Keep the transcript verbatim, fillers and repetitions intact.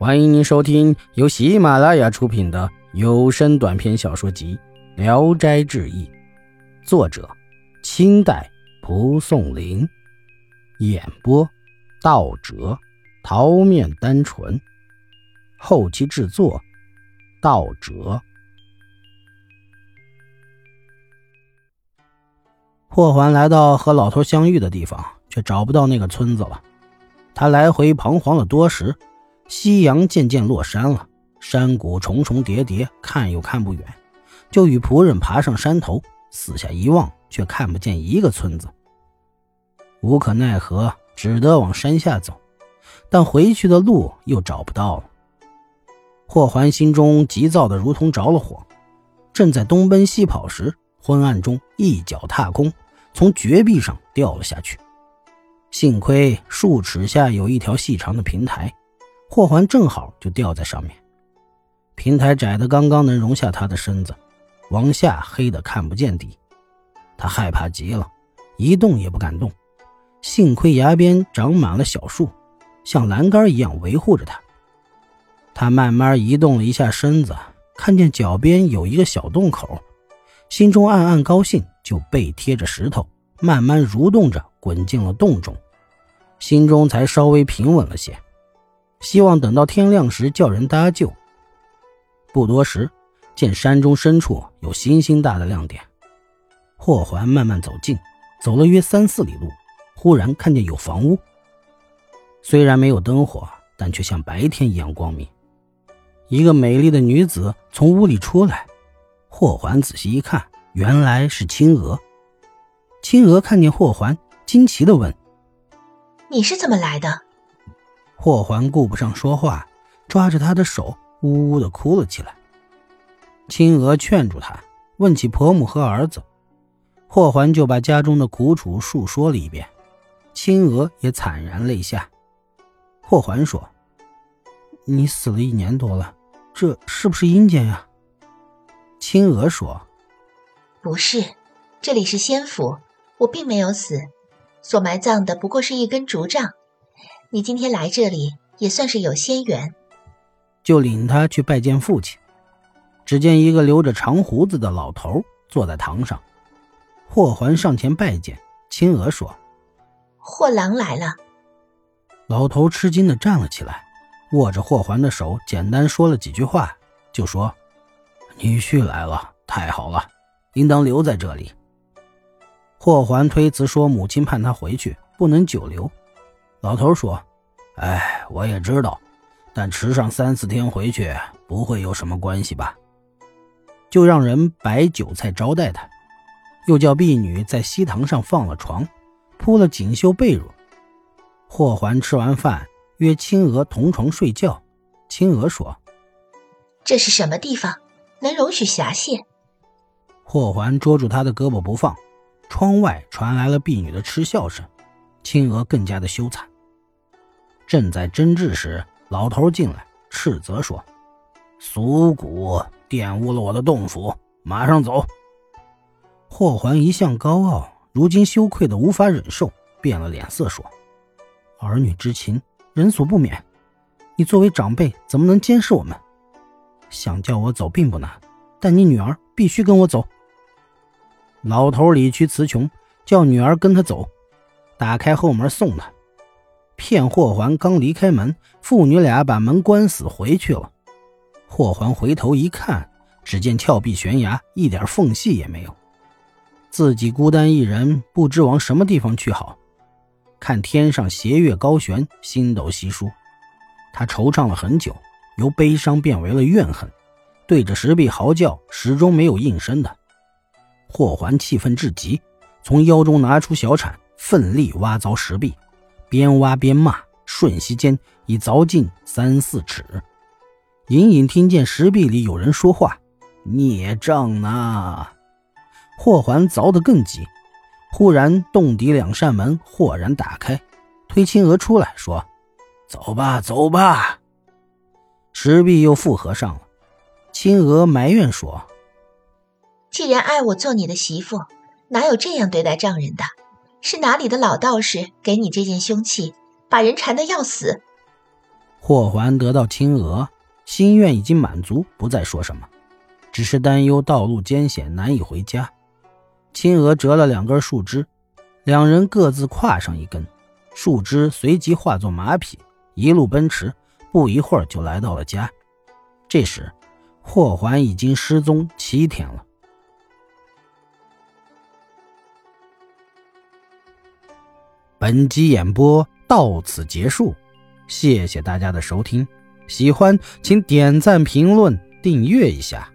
欢迎您收听由喜马拉雅出品的有声短篇小说集《聊斋志异》，作者清代蒲松龄，演播道哲、桃面单纯，后期制作道哲。霍桓来到和老头相遇的地方，却找不到那个村子了。他来回彷徨了多时，夕阳渐渐落山了，山谷重重叠叠，看又看不远，就与仆人爬上山头，四下一望，却看不见一个村子。无可奈何，只得往山下走，但回去的路又找不到了。霍桓心中急躁得如同着了火，正在东奔西跑时，昏暗中一脚踏空，从绝壁上掉了下去。幸亏数尺下有一条细长的平台，霍桓正好就掉在上面。平台窄得刚刚能容下他的身子，往下黑得看不见底。他害怕极了，一动也不敢动。幸亏崖边长满了小树，像栏杆一样维护着他。他慢慢移动了一下身子，看见脚边有一个小洞口，心中暗暗高兴，就背贴着石头，慢慢蠕动着滚进了洞中，心中才稍微平稳了些，希望等到天亮时叫人搭救。不多时，见山中深处有星星大的亮点。霍桓慢慢走近，走了约三四里路，忽然看见有房屋，虽然没有灯火，但却像白天一样光明。一个美丽的女子从屋里出来，霍桓仔细一看，原来是青娥。青娥看见霍桓，惊奇地问： 你是怎么来的？ 霍桓顾不上说话，抓着她的手呜呜地哭了起来。青娥劝住他，问起婆母和儿子，霍桓就把家中的苦楚述说了一遍。青娥也惨然泪下。霍桓说：你死了一年多了，这是不是阴间呀？青娥说： 不是，这里是仙府，我并没有死，所埋葬的不过是一根竹杖。你今天来这里也算是有仙缘。 就领他去拜见父亲。只见一个留着长胡子的老头坐在堂上，霍桓上前拜见。青娥说： 霍郎来了。 老头吃惊地站了起来，握着霍桓的手简单说了几句话，就说：女婿来了，太好了，应当留在这里。霍桓推辞说母亲盼他回去，不能久留。老头说：哎，我也知道，但迟上三四天回去不会有什么关系吧。就让人摆酒菜招待他，又叫婢女在西堂上放了床，铺了锦绣被褥。霍桓吃完饭，约青娥同床睡觉。青娥说： 这是什么地方，能容许侠妾？ 霍桓捉住他的胳膊不放，窗外传来了婢女的嗤笑声，青娥更加的羞惭。正在争执时，老头进来斥责说：俗骨玷污了我的洞府，马上走。霍桓一向高傲，如今羞愧的无法忍受，变了脸色说：儿女之情，人所不免，你作为长辈怎么能监视我们？想叫我走并不难，但你女儿必须跟我走。老头理屈词穷，叫女儿跟他走，打开后门送他。骗霍桓刚离开门，父女俩把门关死回去了。霍桓回头一看，只见峭壁悬崖，一点缝隙也没有，自己孤单一人，不知往什么地方去好。看天上斜月高悬，星斗稀疏，他惆怅了很久，由悲伤变为了怨恨，对着石壁嚎叫，始终没有应声的。霍桓气愤至极，从腰中拿出小铲，奋力挖凿石壁，边挖边骂，瞬息间已凿进三四尺。隐隐听见石壁里有人说话：孽障呐！霍桓凿得更急，忽然洞底两扇门豁然打开，推青娥出来说：走吧走吧。石壁又复合上了。青娥埋怨说： 既然爱我做你的媳妇，哪有这样对待丈人的？是哪里的老道士给你这件凶器，把人缠得要死？ 霍桓得到青娥，心愿已经满足，不再说什么，只是担忧道路艰险，难以回家。青娥折了两根树枝，两人各自跨上一根，树枝随即化作马匹，一路奔驰，不一会儿就来到了家。这时霍桓已经失踪七天了。本集演播到此结束，谢谢大家的收听，喜欢请点赞评论订阅一下。